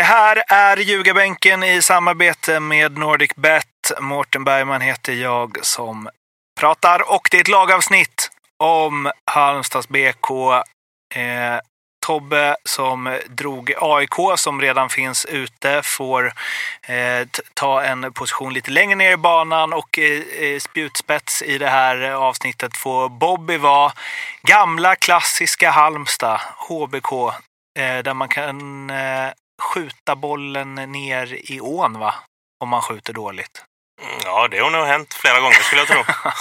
Det här är Ljugarbänken i samarbete med NordicBet. Mårten Bergman heter jag som pratar och det är ett lagavsnitt om Halmstads BK. Tobbe som drog AIK som redan finns ute får ta en position lite längre ner i banan och spjutspets i det här avsnittet får Bobby vara gamla klassiska Halmstad, HBK, där man kan skjuta bollen ner i ån, va? Om man skjuter dåligt. Ja, det har nog hänt flera gånger skulle jag tro.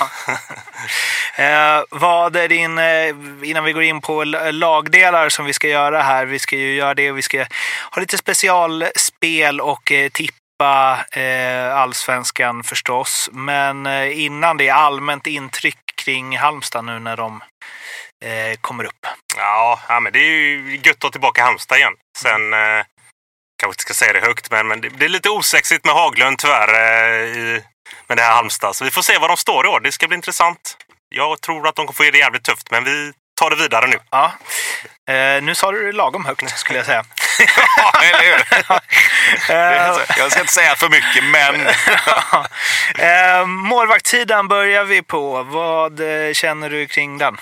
Vad är din, innan vi går in på lagdelar som vi ska göra här, vi ska ju göra det, vi ska ha lite specialspel och tippa allsvenskan förstås, men innan det, allmänt intryck kring Halmstad nu när de kommer upp. Ja, men det är ju gött att ta tillbaka Halmstad igen. Sen kanske inte ska säga det högt, men det är lite osexigt med Haglund tyvärr med det här Halmstad. Så vi får se vad de står i år. Det ska bli intressant. Jag tror att de kommer få det jävligt tufft, men vi tar det vidare nu. Ja, nu sa du det lagom högt skulle jag säga. Ja, eller hur? Jag ska inte säga för mycket, men... Målvaktssidan börjar vi på. Vad känner du kring den?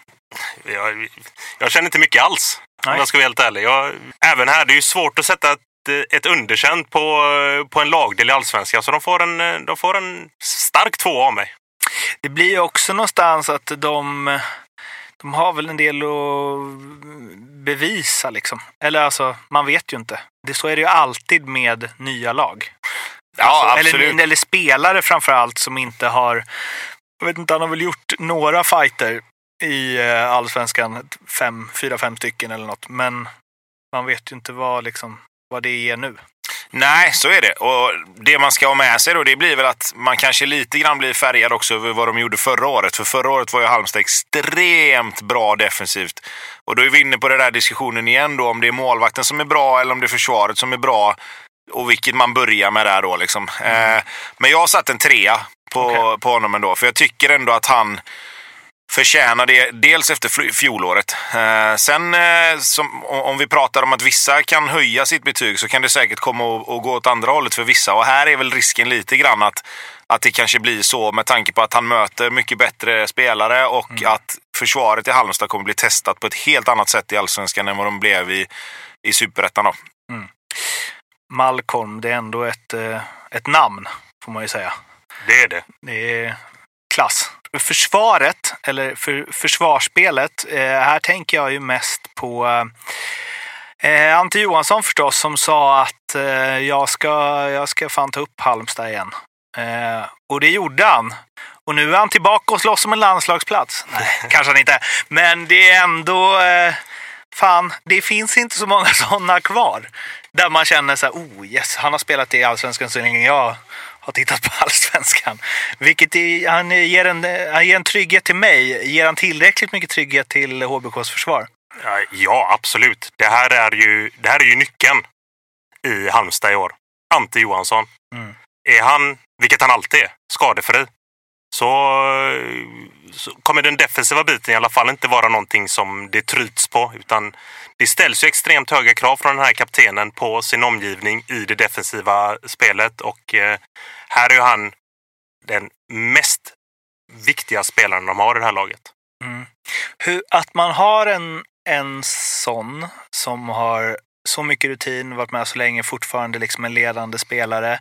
Jag känner inte mycket alls. Nej. Om jag ska vara helt ärlig. Även här, det är ju svårt att sätta ett underkänt på en lagdel i allsvenskan. Så de får en stark 2 av mig. Det blir ju också någonstans att de har väl en del att bevisa liksom. Eller alltså, man vet ju inte. Så är det ju alltid med nya lag. Ja, alltså, absolut. Eller spelare framförallt som inte har... Jag vet inte, han har väl gjort några fighter i allsvenskan, 4-5 stycken eller något. Men man vet ju inte vad det är nu. Nej, så är det. Och det man ska ha med sig då, det blir väl att man kanske lite grann blir färgad också över vad de gjorde förra året. För förra året var ju Halmstad extremt bra defensivt. Och då är vi inne på den där diskussionen igen då, om det är målvakten som är bra eller om det är försvaret som är bra. Och vilket man börjar med där då liksom. Men jag har satt en 3 på honom ändå. För jag tycker ändå att han förtjänar det, dels efter fjolåret. Sen om vi pratar om att vissa kan höja sitt betyg, så kan det säkert komma att gå åt andra hållet för vissa. Och här är väl risken lite grann att det kanske blir så, med tanke på att han möter mycket bättre spelare och att försvaret i Halmstad kommer bli testat på ett helt annat sätt i allsvenskan än vad de blev i Superettan då. Malcolm, det är ändå ett namn, får man ju säga. Det är det. Det är klass. Försvaret, eller försvarsspelet, här tänker jag ju mest på Ante Johansson förstås, som sa att jag ska fan ta upp Halmstad igen. Och det gjorde han. Och nu är han tillbaka och slåss om en landslagsplats. Nej, kanske han inte. Men det är ändå... fan, det finns inte så många sådana kvar. Där man känner så här, yes, han har spelat i allsvenskan så länge jag har tittat på allsvenskan. Vilket han ger en trygghet till mig. Ger han tillräckligt mycket trygghet till HBKs försvar? Ja, absolut. Det här är ju nyckeln i Halmstad i år. Ante Johansson. Är han, vilket han alltid är, skadefri, så kommer den defensiva biten i alla fall inte vara någonting som det tryts på, utan det ställs ju extremt höga krav från den här kaptenen på sin omgivning i det defensiva spelet, och här är ju han den mest viktiga spelaren de har i det här laget. Att man har en sån som har så mycket rutin, varit med så länge, fortfarande liksom en ledande spelare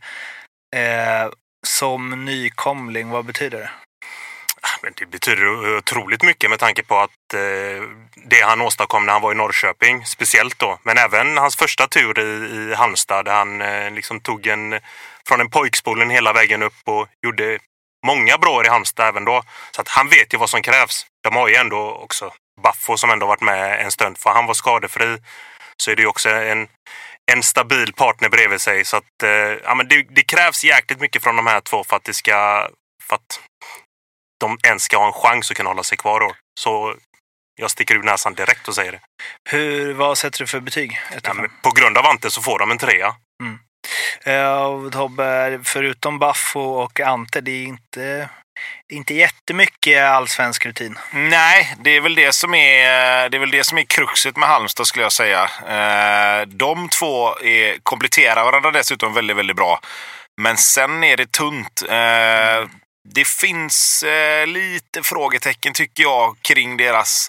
som nykomling, vad betyder det? Men det betyder otroligt mycket med tanke på att det han åstadkom när han var i Norrköping, speciellt då, men även hans första tur i Halmstad, där han liksom tog från en pojkspolen hela vägen upp och gjorde många bra år i Halmstad även då. Så att han vet ju vad som krävs. De har ju ändå också Baffo som ändå varit med en stund, för han var skadefri. Så är det ju också en stabil partner bredvid sig. Så att men det krävs jäkligt mycket från de här två för att de ens ska ha en chans att kunna hålla sig kvar då. Så jag sticker ur näsan direkt och säger det. Vad sätter du för betyg? På grund av Ante så får de en 3. Tobbe, förutom Baffo och Ante, det är inte inte jättemycket allsvensk rutin. Nej, det är väl det som är kruxet med Halmstad, skulle jag säga. De två kompletterar varandra dessutom väldigt, väldigt bra. Men sen är det tunt. Det finns lite frågetecken, tycker jag, kring deras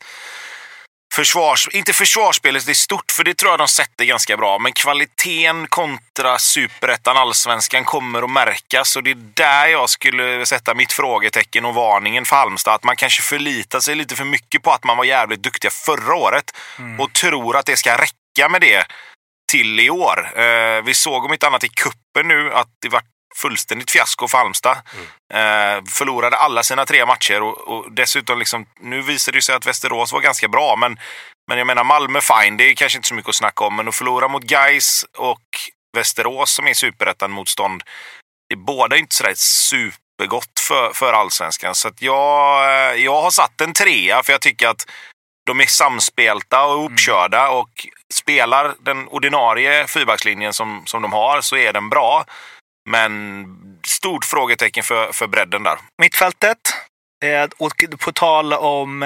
inte försvarsspelet, det är stort, för det tror jag de sätter ganska bra, men kvaliteten kontra superettan, allsvenskan kommer att märkas, och det är där jag skulle sätta mitt frågetecken och varningen för Halmstad, att man kanske förlitar sig lite för mycket på att man var jävligt duktiga förra året och tror att det ska räcka med det till i år. Vi såg om inte annat i kuppen nu att det var fullständigt fiasko för Halmstad. Förlorade alla sina 3 matcher och dessutom liksom, nu visade det sig att Västerås var ganska bra, men jag menar Malmö fine, det är kanske inte så mycket att snacka om, men att förlora mot Gais och Västerås som är superettan motstånd, det är båda inte sådär supergott för allsvenskan, så att jag har satt en 3, för jag tycker att de är samspelta och uppkörda, och spelar den ordinarie fyrbackslinjen som de har, så är den bra. Men stort frågetecken för bredden där. Mittfältet, och på tal om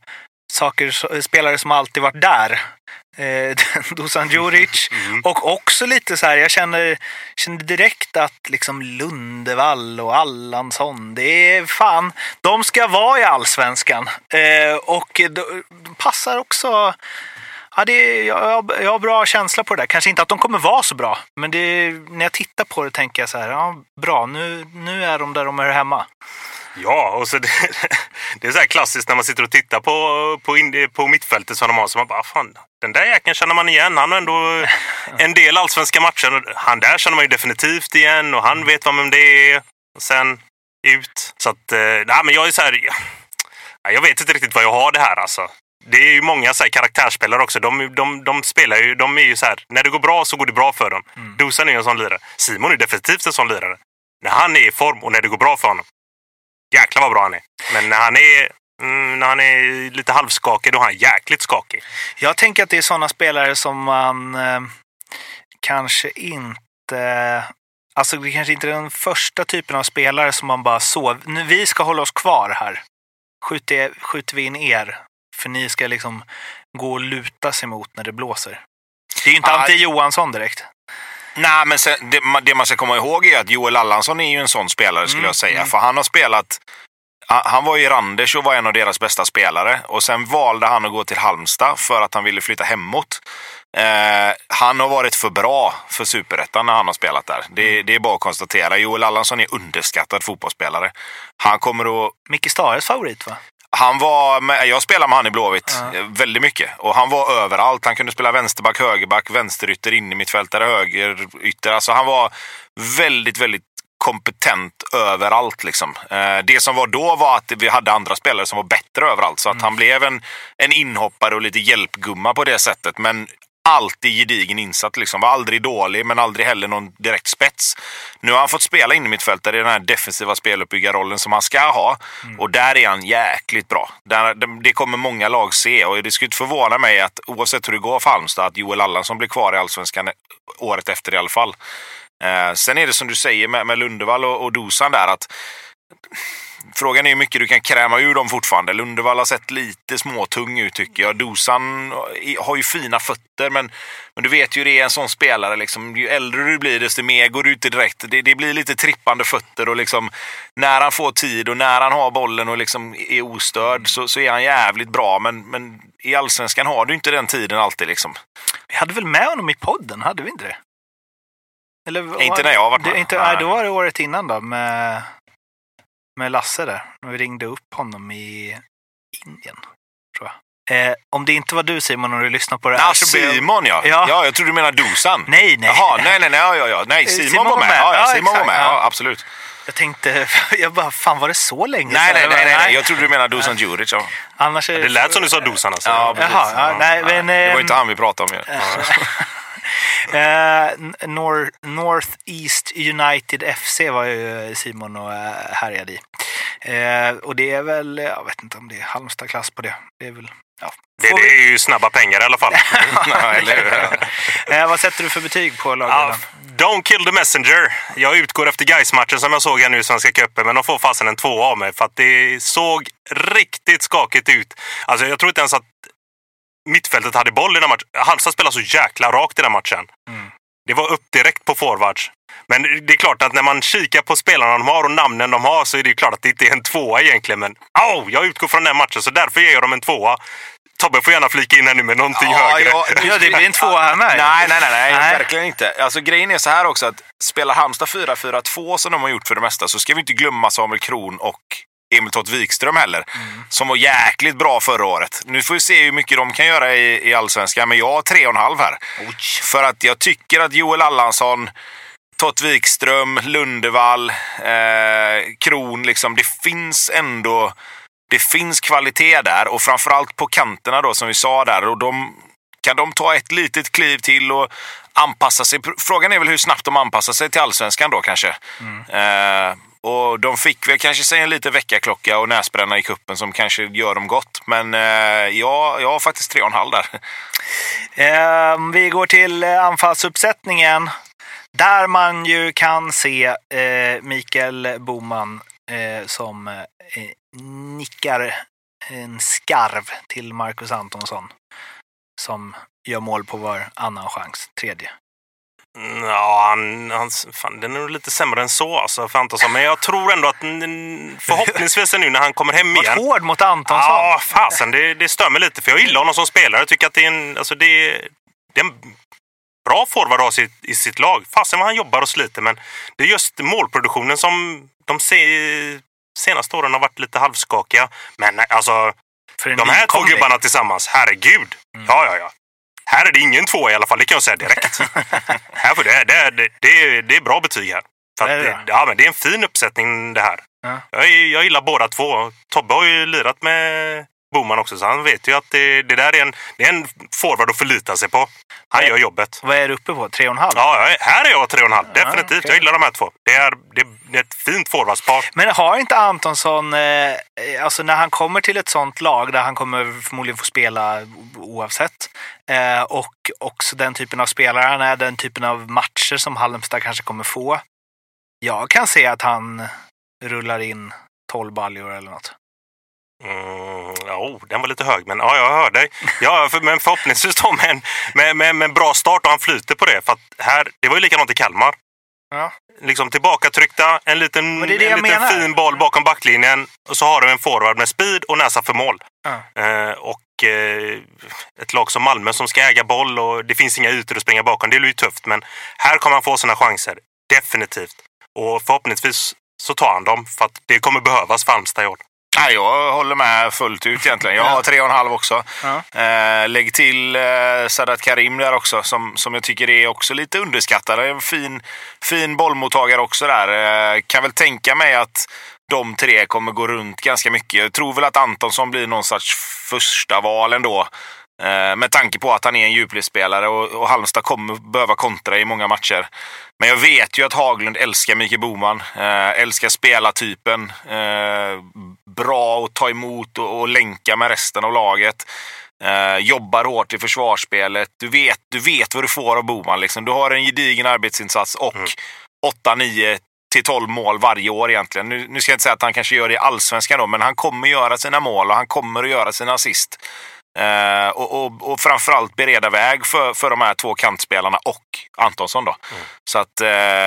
spelare som alltid varit där. Dusan Djuric. Och också lite så här, jag känner direkt att liksom Lundevall och Allansson, det är fan, de ska vara i allsvenskan. Och de passar också. Ja, jag har bra känsla på det där. Kanske inte att de kommer vara så bra, men när jag tittar på det tänker jag så här, ja, bra, nu är de där de är hemma. Ja, och så det är så här klassiskt när man sitter och tittar på mittfältet som de har, så man bara, fan, den där jäkeln känner man igen. Han har ändå en del allsvenska matcher. Han där känner man ju definitivt igen, och han vet vem det är. Och sen ut. Så att, nej, men jag är så här, jag vet inte riktigt vad jag har det här alltså. Det är ju många så här karaktärsspelare också. De spelar ju, de är ju så här, när det går bra så går det bra för dem. Dusan är ju en sån lirare. Simon är definitivt en sån lirare. När han är i form och när det går bra för honom, jäklar vad bra han är. Men när han är lite halvskakig, då är han jäkligt skakig. Jag tänker att det är såna spelare som man kanske inte... Alltså det kanske inte är den första typen av spelare som man bara nu, vi ska hålla oss kvar här. Skjuter vi in er. För ni ska liksom gå och luta sig mot när det blåser. Det är ju inte alltid Johansson direkt. Nej, men sen, det man ska komma ihåg är att Joel Allansson är ju en sån spelare, skulle jag säga. För han har spelat... Han var i Randers och var en av deras bästa spelare. Och sen valde han att gå till Halmstad för att han ville flytta hemåt. Han har varit för bra för superettan när han har spelat där. Det är bara att konstatera. Joel Allansson är underskattad fotbollsspelare. Han kommer att... Micke Stares favorit, va? Jag spelade med han i Blåvitt väldigt mycket. Och han var överallt. Han kunde spela vänsterback, högerback, vänsterytter, in i mittfältare, högerytter. Alltså han var väldigt, väldigt kompetent överallt liksom. Det som var då var att vi hade andra spelare som var bättre överallt. Så att han blev en inhoppare och lite hjälpgumma på det sättet. Men alltid gedigen insatt liksom. Var aldrig dålig, men aldrig heller någon direkt spets. Nu har han fått spela in i mittfältare i den här defensiva speluppbyggarrollen som han ska ha. Och där är han jäkligt bra. Det kommer många lag se, och det skulle inte förvåna mig att oavsett hur det går för Halmstad, att Joel Allansson blir kvar i allsvenskan året efter i alla fall. Sen är det som du säger med Lundevall och Dusan där, att frågan är hur mycket du kan kräma ur dem fortfarande. Lundevall har sett lite småtung ut, tycker jag. Dusan har ju fina fötter, men du vet ju, det är en sån spelare liksom, ju äldre du blir desto mer går du ut direkt. Det blir lite trippande fötter, och liksom när han får tid och när han har bollen och liksom är ostörd så är han jävligt bra, men i allsvenskan har du inte den tiden alltid liksom. Vi hade väl med honom i podden, hade vi inte det? Eller, inte när jag har varit med. Nej, då var det året innan då med Lasse där. När vi ringde upp honom i Indien, tror jag. Om det inte var du, Simon, när du lyssnade på det här. Simon, ja. Ja, jag tror du menar Dusan. Nej. Jaha, nej. Nej, Simon var med. Ja, Simon var med. Ja, absolut. Jag tänkte, fan, var det så länge? Nej. Jag trodde du menar Dusan Djuric. Ja. Annars det lät som du sa Dusan alltså. Ja, precis. Jaha, nej, men... Det var inte han vi pratade om. North East United FC var ju Simon och härjade i. Och det är väl, jag vet inte om det är Halmstad-klass på det. Det är väl, det är ju snabba pengar i alla fall. Vad sätter du för betyg på lagen? Don't kill the messenger. Jag utgår efter Gais-matchen som jag såg här nu i Svenska cupen, men de får fasen en 2 av mig för att det såg riktigt skakigt ut. Alltså jag tror inte ens att mittfältet hade boll i den matchen. Halmstad spelar så jäkla rakt i den matchen. Det var upp direkt på forwards. Men det är klart att när man kikar på spelarna de har och namnen de har så är det klart att det inte är en 2 egentligen. Men jag utgår från den matchen så därför ger jag dem en 2. Tobbe får gärna flika in här nu med någonting högre. Ja, det blir en 2 här med. Nej, verkligen inte. Alltså grejen är så här också att spelar Halmstad 4-4-2 som de har gjort för det mesta så ska vi inte glömma Samuel Kron och Emil Tott Wikström heller. Som var jäkligt bra förra året. Nu får vi se hur mycket de kan göra i Allsvenskan, men jag har 3,5 här. För att jag tycker att Joel Allansson, Tott Wikström, Lundevall, Kron, liksom, det finns kvalitet där och framförallt på kanterna då som vi sa där och kan de ta ett litet kliv till och anpassa sig. Frågan är väl hur snabbt de anpassar sig till Allsvenskan då kanske. Och de fick väl kanske sig en liten väckarklocka och näsbränna i kuppen som kanske gör dem gott. Men jag har faktiskt 3,5 där. Vi går till anfallsuppsättningen. Där man ju kan se Mikael Boman som nickar en skarv till Marcus Antonsson som gör mål på var annan chans, 3:e. Ja, fan, den är nog lite sämre än så alltså, för Antonsson. Men jag tror ändå att förhoppningsvis nu när han kommer hem igen. Hård mot Antonsson. Ja, fasen, det stör mig lite. För jag gillar honom som spelare. Jag tycker att det är en bra forward att ha i sitt lag. Fasen vad han jobbar och sliter. Men det är just målproduktionen som de senaste åren har varit lite halvskakiga. Men alltså, de här två gubbarna tillsammans, herregud. Ja. Här är det ingen 2 i alla fall, det kan jag säga direkt. Här får det är bra betyg här. För att men det är en fin uppsättning det här. Ja. Jag gillar båda två. Tobbe har ju lirat med Boman också, så han vet ju att det där är en forward att förlita sig på. Han gör jobbet. Vad är du uppe på? 3,5? Ja, här är jag 3,5. Definitivt. Okay. Jag gillar de här två. Det är ett fint forwardspar. Men har inte Antonsson, alltså när han kommer till ett sånt lag där han kommer förmodligen få spela oavsett, och också den typen av spelare han är, den typen av matcher som Halmstad kanske kommer få. Jag kan se att han rullar in 12 baljor eller något. Den var lite hög, men jag hör dig. Ja, men förhoppningsvis då med en bra start och han flyter på det. För att här, det var ju likadant i Kalmar. Ja. Liksom tillbakatryckta, en liten fin boll bakom backlinjen och så har du en forward med speed och näsa för mål. Ett lag som Malmö som ska äga boll och det finns inga ytor att springa bakom. Det är ju tufft, men här kommer han få sina chanser. Definitivt. Och förhoppningsvis så tar han dem för att det kommer behövas för Halmstad i år. Nej, jag håller med fullt ut egentligen. Jag har 3,5 också. Lägg till Sadat Karim där också som jag tycker är också lite underskattad. En fin bollmottagare också där. Kan väl tänka mig att de 3 kommer gå runt ganska mycket. Jag tror väl att Antonsson blir någon sorts första val ändå. Med tanke på att han är en djupledsspelare och Halmstad kommer behöva kontra i många matcher. Men jag vet ju att Haglund älskar Mikael Boman, älskar spelartypen, bra att ta emot och länka med resten av laget, jobbar hårt i försvarsspelet. Du vet vad du får av Boman liksom. Du har en gedigen arbetsinsats och 8-9 till 12 mål varje år egentligen. Nu ska jag inte säga att han kanske gör det i Allsvenskan då, men han kommer göra sina mål och han kommer att göra sina assist. Och framförallt bereda väg för de här 2 kantspelarna och Antonsson då. Så att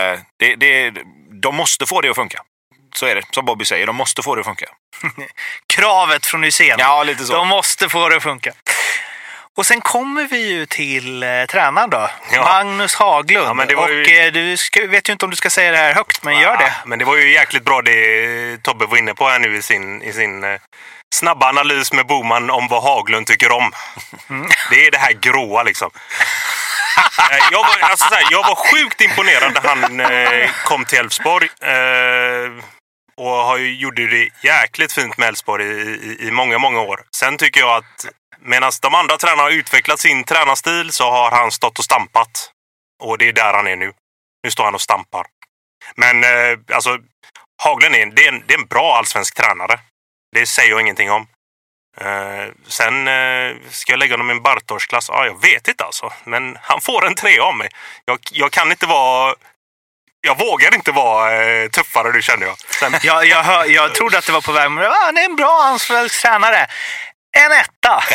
de måste få det att funka. Så är det, som Bobby säger, de måste få det att funka. Kravet från Hysén. Ja, lite så. De måste få det att funka. Och sen kommer vi ju till tränaren då. Ja. Magnus Haglund. Ja, men det var ju... du vet ju inte om du ska säga det här högt, men gör det. Men det var ju jäkligt bra det Tobbe var inne på här nu i sin snabba analys med Boman om vad Haglund tycker om. Det är det här gråa liksom. Jag var sjukt imponerad när han kom till Elfsborg. Och gjorde det jäkligt fint med Elfsborg i många, många år. Sen tycker jag att medan de andra tränarna har utvecklat sin tränarstil så har han stått och stampat. Och det är där han är nu. Nu står han och stampar. Men alltså, Haglund är en bra allsvensk tränare. Det säger jag ingenting om. Sen ska jag lägga honom i en Bartosz-klass. Ja, jag vet inte alltså. Men han får en 3 av mig. Jag kan inte vara... Jag vågar inte vara tuffare, det känner jag. Sen... jag trodde att det var på väg. Men han är en bra ansvarsfull tränare. En 1.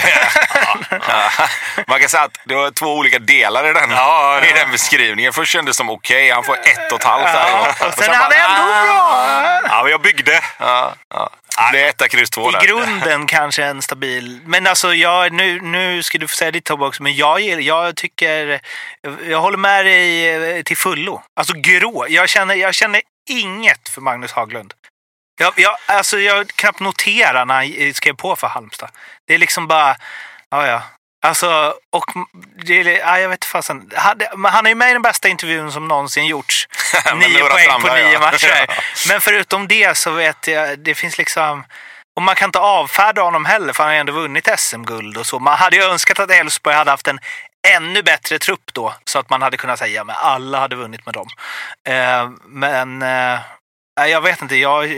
Man kan säga att det var 2 olika delar i den beskrivningen. Först kändes det som okej, han får 1,5 och sen är han ändå bra. Ja, men jag byggde. Det är 1 kryss 2 där. I grunden kanske en stabil. Men alltså nu ska du få säga ditt Tobbe också. Men jag tycker jag håller med dig till fullo. Alltså grå. Jag känner inget för Magnus Haglund. Jag knappt noterar när han skrev på för Halmstad. Det är liksom bara alltså, och det är, jag vet fasen. Han är ju med i den bästa intervjun som någonsin gjorts. 9 poäng på 9 matcher. Men förutom det så vet jag, det finns liksom, och man kan inte avfärda honom heller, för han har ändå vunnit SM-guld och så. Man hade ju önskat att Elfsborg hade haft en ännu bättre trupp då, så att man hade kunnat säga men alla hade vunnit med dem. Jag vet inte,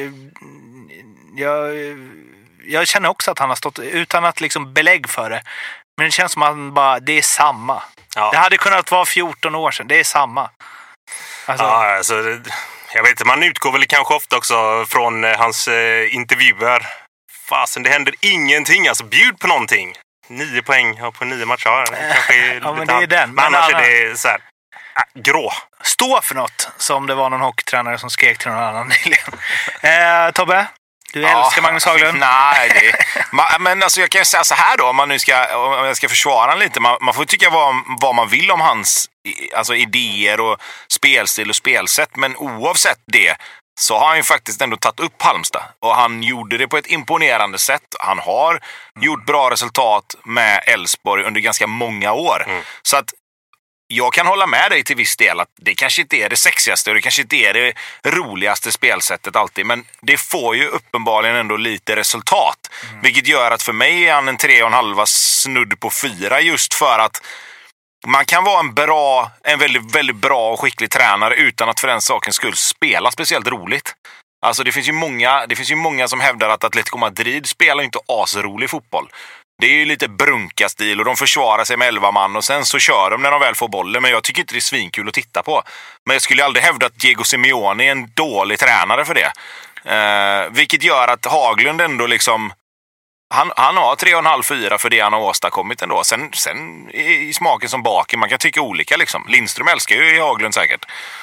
jag känner också att han har stått utan att liksom belägg för det. Men det känns som att han bara, det är samma. Ja. Det hade kunnat vara 14 år sedan, det är samma. Alltså, jag vet inte, man utgår väl kanske ofta också från hans intervjuer. Fasen, det händer ingenting, alltså bjud på någonting. 9 poäng på 9 matcher. Ja, men det är den. Men annars är det så här, grå. Stå för något, som det var någon hockeytränare som skrek till någon annan nyligen. Tobbe? Du älskar Magnus Haglund? Nej, men alltså jag kan säga så här då, om jag ska försvara han lite. Man får tycka vad man vill om hans idéer och spelstil och spelsätt. Men oavsett det så har han ju faktiskt ändå tagit upp Halmstad. Och han gjorde det på ett imponerande sätt. Han har gjort bra resultat med Elfsborg under ganska många år. Så att jag kan hålla med dig till viss del att det kanske inte är det sexigaste och det kanske inte är det roligaste spelsättet alltid, men det får ju uppenbarligen ändå lite resultat. Vilket gör att för mig är han en 3,5 snudd på 4, just för att man kan vara en väldigt, väldigt bra och skicklig tränare utan att för den saken skulle spela speciellt roligt. Alltså det finns ju många som hävdar att Atletico Madrid spelar inte asrolig fotboll. Det är ju lite brunkastil och de försvarar sig med 11 man och sen så kör de när de väl får bollen. Men jag tycker inte det är svinkul att titta på. Men jag skulle aldrig hävda att Diego Simeone är en dålig tränare för det. Vilket gör att Haglund ändå liksom... Han har 3,5-4 för det han har åstadkommit ändå. Sen i smaken som baken, man kan tycka olika liksom. Lindström älskar ju Haglund säkert.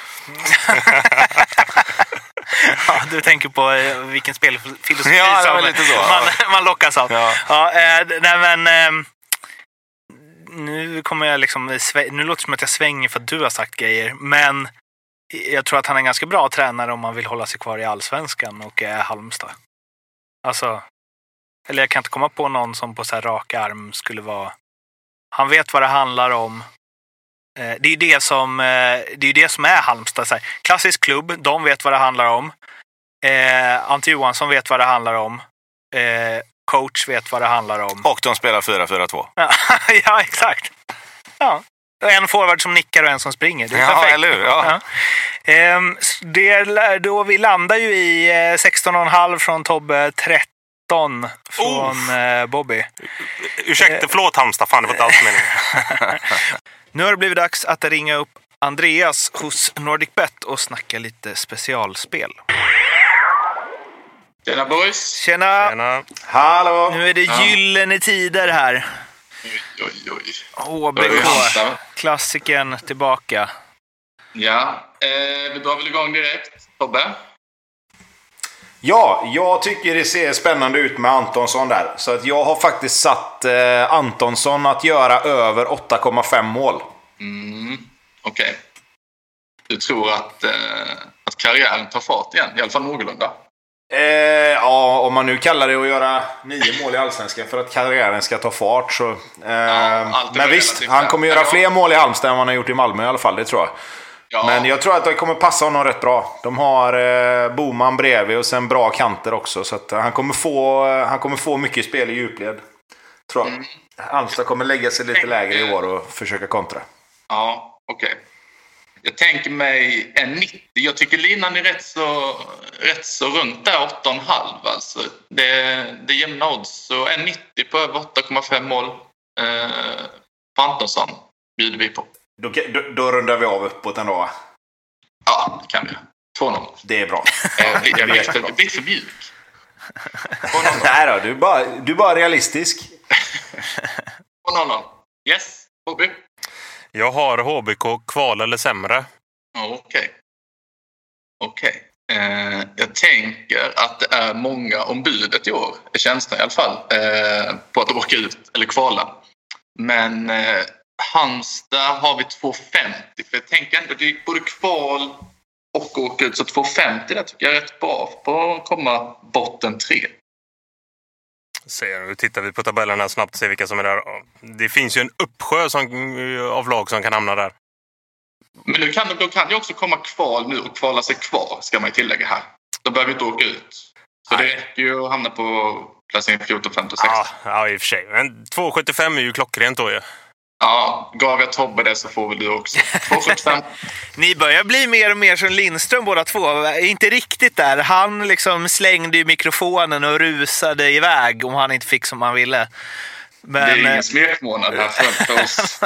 Ja, du tänker på vilken spelfilosofi man lockas av. Nu kommer jag liksom, nu låter det som att jag svänger för att du har sagt grejer, men jag tror att han är en ganska bra tränare om man vill hålla sig kvar i Allsvenskan och Halmstad. Alltså, eller jag kan inte komma på någon som på så här rak arm skulle vara, han vet vad det handlar om. Det är det som är Halmstad. Så här, klassisk klubb, de vet vad det handlar om. Ante Johansson vet vad det handlar om. Coach vet vad det handlar om. Och de spelar 4-4-2. Ja, exakt. Ja. En forward som nickar och en som springer. Det är perfekt. Eller hur? Ja. Då vi landar ju i 16,5 från Tobbe, 13 från Bobby. Ursäkta, förlåt Halmstad, fan det var inte alls meningen. Nu har det blivit dags att ringa upp Andreas hos NordicBet och snacka lite specialspel. Tjena boys. Tjena. Hallå. Nu är det gyllene tider här. Oj. HBK, klassikern tillbaka. Ja, vi drar väl igång direkt. Tobbe? Ja, jag tycker det ser spännande ut med Antonsson där. Så att jag har faktiskt satt Antonsson att göra över 8,5 mål. Okej. Du tror att karriären tar fart igen, i alla fall någorlunda? Ja, om man nu kallar det att göra 9 mål i Allsvenskan för att karriären ska ta fart så... men visst, han kommer göra fler mål i Halmstad än vad han har gjort i Malmö i alla fall, det tror jag. Ja. Men jag tror att det kommer passa honom rätt bra. De har Boman bredvid och sen bra kanter också. Så att han kommer få mycket spel i djupled, tror jag. Halmstad kommer lägga sig lite lägre i år och försöka kontra. Ja, okej. Jag tänker mig en 90. Jag tycker linan är rätt så runt där 8,5. Alltså. Det är jämna odds. Så en 90 på över 8,5 mål. På Antonsson bjuder vi på. Då rundar vi av uppåt ändå. Ja, det kan vi. 2-0. Det är bra. Jag blir för mjuk. Nej då, du är bara realistisk. 2-0. Yes, HB. Jag har HBK kval eller sämre. Okej. Jag tänker att det är många om budet i år. Det känns det i alla fall. På att åka ut eller kvala. Men Halmstad har vi 2,50. För jag tänker ändå det är både kval och åka ut. Så 2,50 där tycker jag är rätt bra på att komma botten 3. Nu tittar vi på tabellen här snabbt och ser vilka som är där. Det finns ju en uppsjö av lag som kan hamna där. Men då kan det också komma kval nu och kvala sig kvar, ska man ju tillägga här. Då behöver vi inte åka ut. Så det räcker ju att hamna på placering 14, 15, 16. Ja, i och för sig. Men 2,75 är ju klockrent då ju. Ja, gav jag Tobbe det så får väl du också. 2,75. Ni börjar bli mer och mer som Lindström båda två. Inte riktigt där. Han liksom slängde ju mikrofonen och rusade iväg om han inte fick som han ville. Men, det är ingen smekmånad här för oss.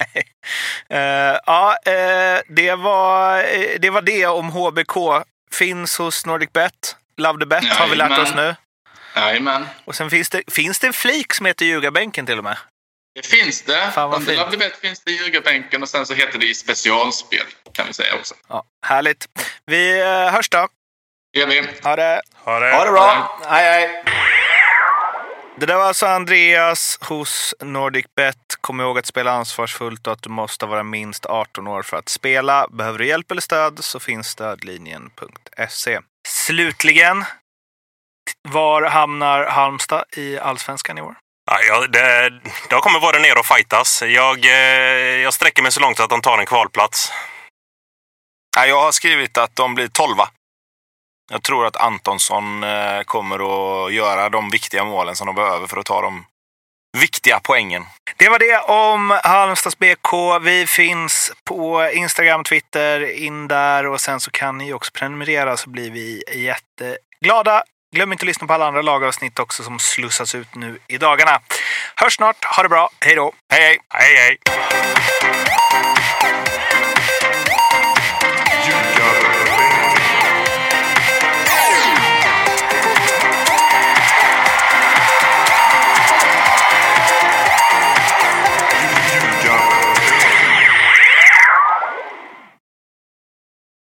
Det var det om HBK. Finns hos NordicBet. Love the bet har vi lärt oss nu. Jajamän. Och sen finns det en flik som heter Ljugarbänken till och med. Det finns det. Under Love the bet finns det Ljugarbänken och sen så heter det i specialspel kan vi säga också. Ja, härligt. Vi hörs då. Gör vi. Ha det bra. Hej. Det där var alltså Andreas hos NordicBet. Kom ihåg att spela ansvarsfullt och att du måste vara minst 18 år för att spela. Behöver du hjälp eller stöd så finns stödlinjen.se. Slutligen, var hamnar Halmstad i Allsvenskan i år? Ja, det kommer vara ner och fightas. Jag sträcker mig så långt att de tar en kvalplats. Ja, jag har skrivit att de blir 12. Jag tror att Antonsson kommer att göra de viktiga målen som de behöver för att ta de viktiga poängen. Det var det om Halmstads BK. Vi finns på Instagram, Twitter, in där och sen så kan ni också prenumerera så blir vi jätteglada. Glöm inte att lyssna på alla andra lagavsnitt också som slussas ut nu i dagarna. Hörs snart, ha det bra, hej då. Hej. Hej.